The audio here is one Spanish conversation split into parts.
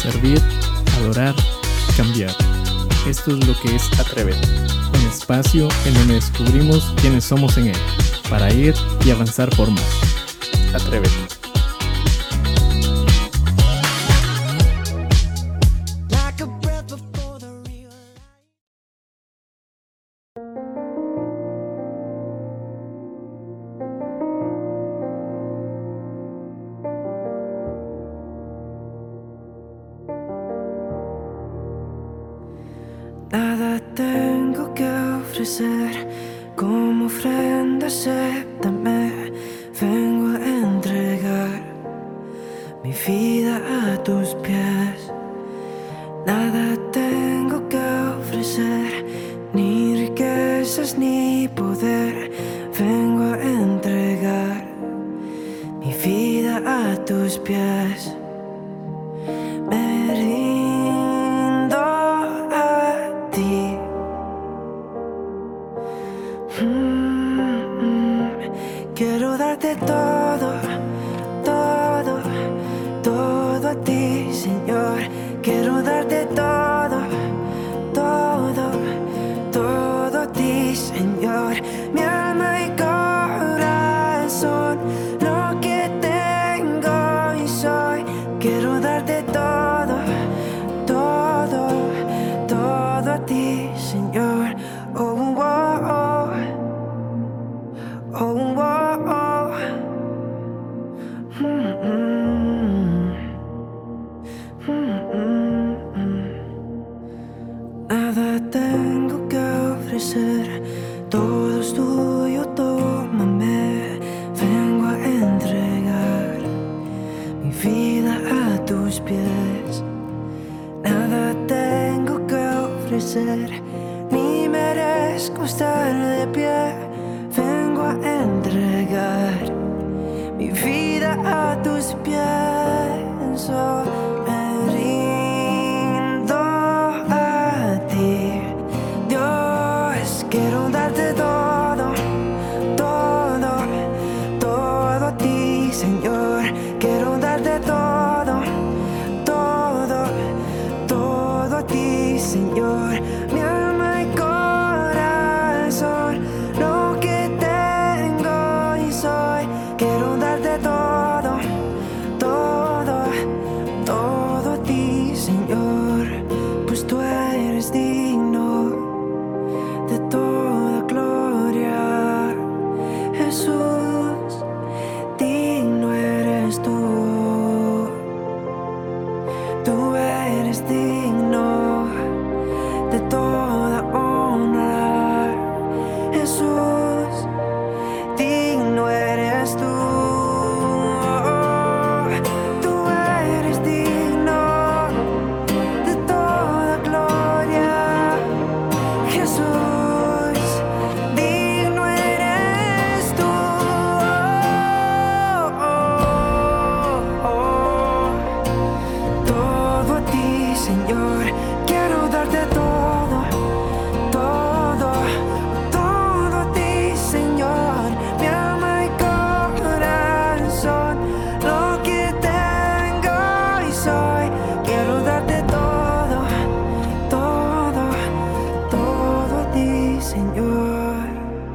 servir, adorar, cambiar. Esto es lo que es Atrévete, un espacio en donde descubrimos quiénes somos en él, para ir y avanzar por más. Atrévete. Nada tengo que ofrecer, como ofrenda acéptame. Vengo a entregar mi vida a tus pies. Nada tengo que ofrecer, ni riquezas ni poder. Vengo a entregar mi vida a tus pies. Me rindo a ti. Quiero darte todo, todo, todo a ti, Señor. Quiero darte todo, todo, todo a ti, Señor. Mi alma y corazón, lo que tengo y soy. Quiero darte todo, todo, todo a ti, Señor. Oh, oh, oh. Oh, oh, oh. Nada tengo que ofrecer, todo es tuyo, tómame. Vengo a entregar mi vida a tus pies. Nada tengo que ofrecer, ni merezco estar de pie. Vengo a entregar mi vida a tus pies. Oh, me rindo a ti, Dios. Quiero darte todo, todo, todo a ti, Señor. Quiero darte todo, todo, todo a ti, Señor. Mi alma y corazón, lo que tengo y soy. Quiero darte todo, todo, todo a ti, Señor. Pues tú eres digno de toda gloria, Jesús. Digno eres tú. Tú eres digno de toda honra, Jesús. Digno eres tú. Tú eres digno de toda gloria, Jesús. Digno eres tú. Todo a ti, Señor. Quiero darte todo, todo, todo a ti, Señor. Mi alma y corazón, lo que tengo y soy. Quiero darte todo, todo, todo a ti, Señor.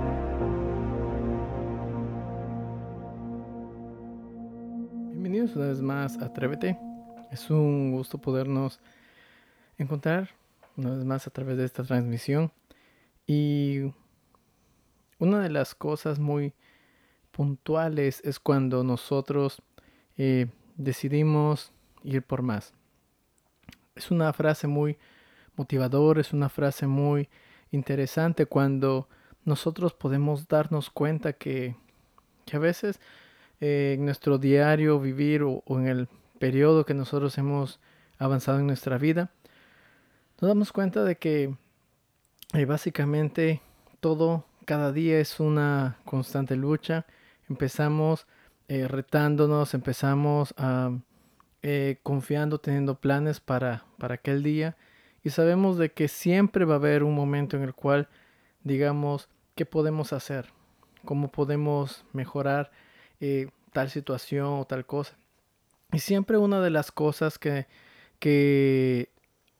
Bienvenidos una vez más a Atrévete. Es un gusto podernos encontrar una vez más a través de esta transmisión. Y una de las cosas muy puntuales es cuando nosotros decidimos ir por más. Es una frase muy motivadora, es una frase muy interesante cuando nosotros podemos darnos cuenta que a veces en nuestro diario vivir o en el periodo que nosotros hemos avanzado en nuestra vida, nos damos cuenta de que básicamente todo, cada día es una constante lucha. Empezamos retándonos, empezamos confiando, teniendo planes para aquel día. Y sabemos de que siempre va a haber un momento en el cual digamos qué podemos hacer, cómo podemos mejorar tal situación o tal cosa. Y siempre una de las cosas que que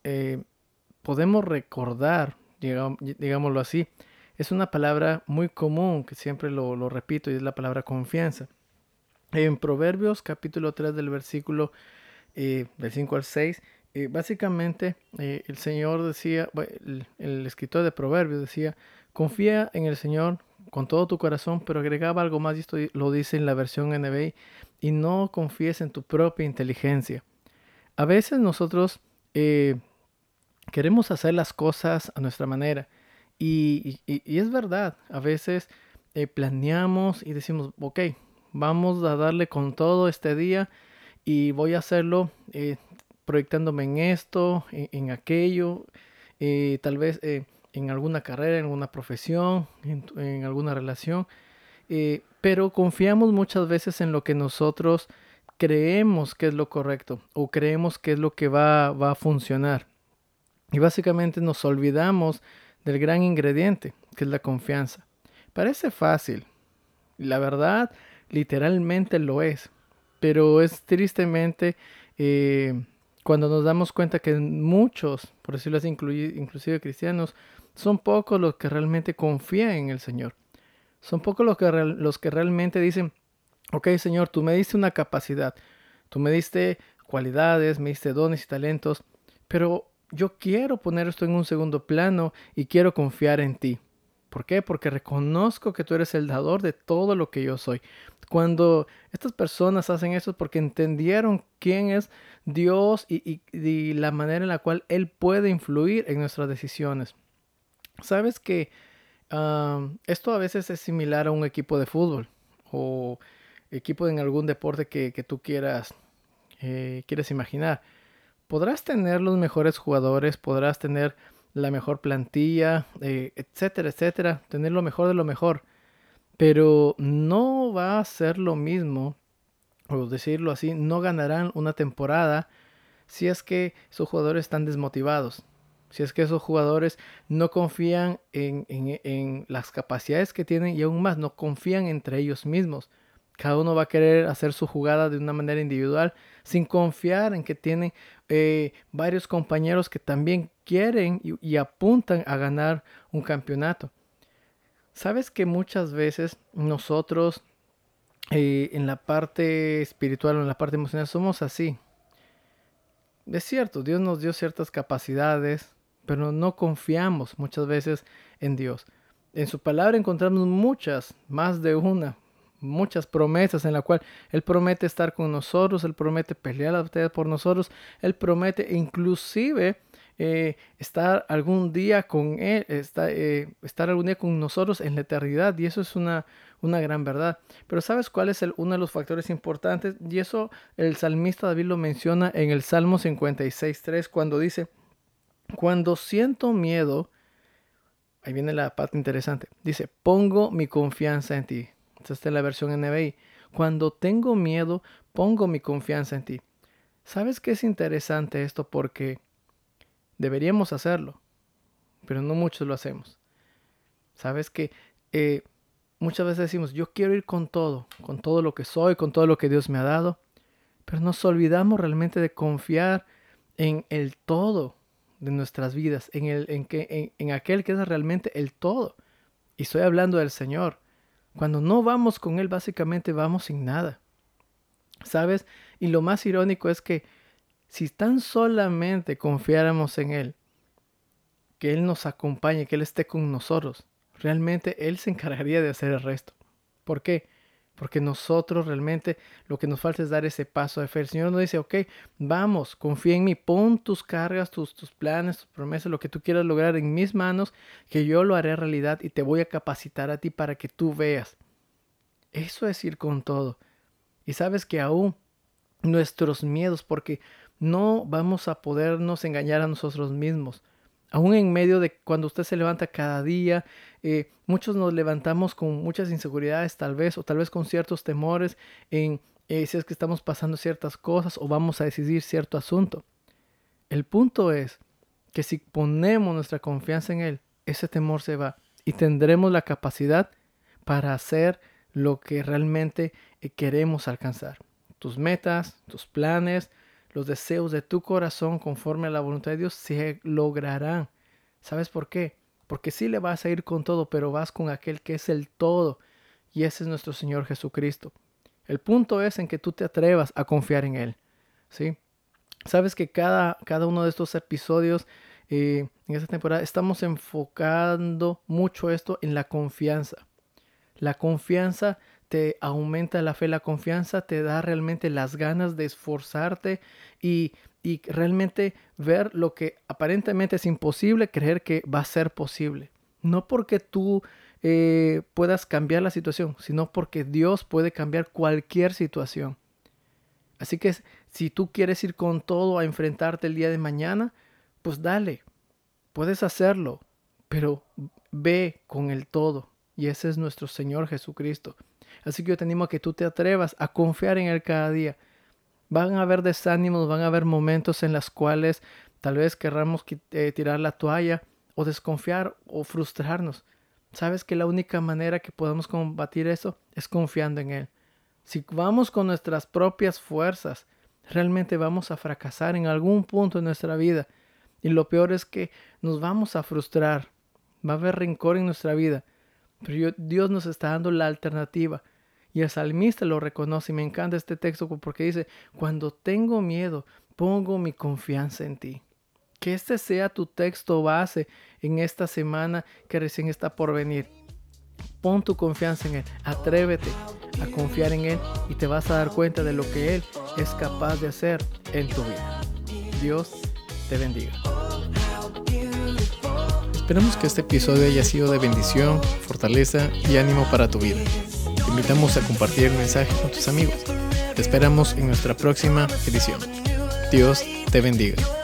podemos recordar, digámoslo así. Es una palabra muy común que siempre lo repito y es la palabra confianza. En Proverbios capítulo 3 del versículo del 5 al 6, básicamente el Señor decía, el escritor de Proverbios decía, confía en el Señor con todo tu corazón, pero agregaba algo más, y esto lo dice en la versión NBI, y no confíes en tu propia inteligencia. A veces nosotros queremos hacer las cosas a nuestra manera, y es verdad, a veces planeamos y decimos, ok, vamos a darle con todo este día, y voy a hacerlo proyectándome en esto, en aquello, tal vez en alguna carrera, en alguna profesión, en alguna relación, pero confiamos muchas veces en lo que nosotros creemos que es lo correcto o creemos que es lo que va a funcionar. Y básicamente nos olvidamos del gran ingrediente, que es la confianza. Parece fácil, la verdad, literalmente lo es. Pero es tristemente cuando nos damos cuenta que muchos, por decirlo así, inclusive cristianos, son pocos los que realmente confían en el Señor. Son pocos los que realmente dicen, ok Señor, tú me diste una capacidad, tú me diste cualidades, me diste dones y talentos, pero yo quiero poner esto en un segundo plano y quiero confiar en ti. ¿Por qué? Porque reconozco que tú eres el dador de todo lo que yo soy. Cuando estas personas hacen eso es porque entendieron quién es Dios y la manera en la cual Él puede influir en nuestras decisiones. Sabes que esto a veces es similar a un equipo de fútbol o equipo en algún deporte que tú quieres imaginar. Podrás tener los mejores jugadores, podrás tener la mejor plantilla, etcétera, etcétera, tener lo mejor de lo mejor, pero no va a ser lo mismo, o decirlo así, no ganarán una temporada si es que esos jugadores están desmotivados, si es que esos jugadores no confían en las capacidades que tienen y aún más no confían entre ellos mismos. Cada uno va a querer hacer su jugada de una manera individual sin confiar en que tienen varios compañeros que también quieren y apuntan a ganar un campeonato. Sabes que muchas veces nosotros en la parte espiritual o en la parte emocional somos así. Es cierto, Dios nos dio ciertas capacidades, pero no confiamos muchas veces en Dios. En su palabra encontramos muchas, más de una, muchas promesas en la cual Él promete estar con nosotros, Él promete pelear la batalla por nosotros, Él promete inclusive estar algún día con Él, estar algún día con nosotros en la eternidad, y eso es una gran verdad. Pero ¿sabes cuál es uno de los factores importantes? Y eso el salmista David lo menciona en el Salmo 56:3 cuando dice, cuando siento miedo, ahí viene la parte interesante, dice, pongo mi confianza en ti. Esta es la versión NBI. Cuando tengo miedo, pongo mi confianza en ti. ¿Sabes qué es interesante esto? Porque deberíamos hacerlo, pero no muchos lo hacemos. ¿Sabes que muchas veces decimos, yo quiero ir con todo lo que soy, con todo lo que Dios me ha dado, pero nos olvidamos realmente de confiar en el todo de nuestras vidas, en aquel que es realmente el todo? Y estoy hablando del Señor. Cuando no vamos con Él, básicamente vamos sin nada. ¿Sabes? Y lo más irónico es que si tan solamente confiáramos en Él, que Él nos acompañe, que Él esté con nosotros, realmente Él se encargaría de hacer el resto. ¿Por qué? Porque nosotros realmente lo que nos falta es dar ese paso de fe. El Señor nos dice, ok, vamos, confía en mí, pon tus cargas, tus planes, tus promesas, lo que tú quieras lograr en mis manos, que yo lo haré realidad y te voy a capacitar a ti para que tú veas. Eso es ir con todo. Y sabes que aún nuestros miedos, porque no vamos a podernos engañar a nosotros mismos. Aún en medio de cuando usted se levanta cada día, muchos nos levantamos con muchas inseguridades tal vez, o tal vez con ciertos temores en si es que estamos pasando ciertas cosas o vamos a decidir cierto asunto. El punto es que si ponemos nuestra confianza en Él, ese temor se va y tendremos la capacidad para hacer lo que realmente queremos alcanzar. Tus metas, tus planes, los deseos de tu corazón conforme a la voluntad de Dios se lograrán. ¿Sabes por qué? Porque sí le vas a ir con todo, pero vas con aquel que es el todo. Y ese es nuestro Señor Jesucristo. El punto es en que tú te atrevas a confiar en Él, ¿sí? Sabes que cada uno de estos episodios en esta temporada estamos enfocando mucho esto en la confianza. La confianza te aumenta la fe, la confianza te da realmente las ganas de esforzarte y realmente ver lo que aparentemente es imposible, creer que va a ser posible. No porque tú puedas cambiar la situación, sino porque Dios puede cambiar cualquier situación. Así que si tú quieres ir con todo a enfrentarte el día de mañana, pues dale, puedes hacerlo, pero ve con el todo. Y ese es nuestro Señor Jesucristo. Así que yo te animo a que tú te atrevas a confiar en Él cada día. Van a haber desánimos, van a haber momentos en los cuales tal vez querramos tirar la toalla o desconfiar o frustrarnos. Sabes que la única manera que podemos combatir eso es confiando en Él. Si vamos con nuestras propias fuerzas, realmente vamos a fracasar en algún punto de nuestra vida. Y lo peor es que nos vamos a frustrar. Va a haber rencor en nuestra vida. Pero Dios nos está dando la alternativa. Y el salmista lo reconoce. Y me encanta este texto porque dice, cuando tengo miedo, pongo mi confianza en ti. Que este sea tu texto base en esta semana que recién está por venir. Pon tu confianza en Él. Atrévete a confiar en Él y te vas a dar cuenta de lo que Él es capaz de hacer en tu vida. Dios te bendiga. Esperamos que este episodio haya sido de bendición, fortaleza y ánimo para tu vida. Te invitamos a compartir el mensaje con tus amigos. Te esperamos en nuestra próxima edición. Dios te bendiga.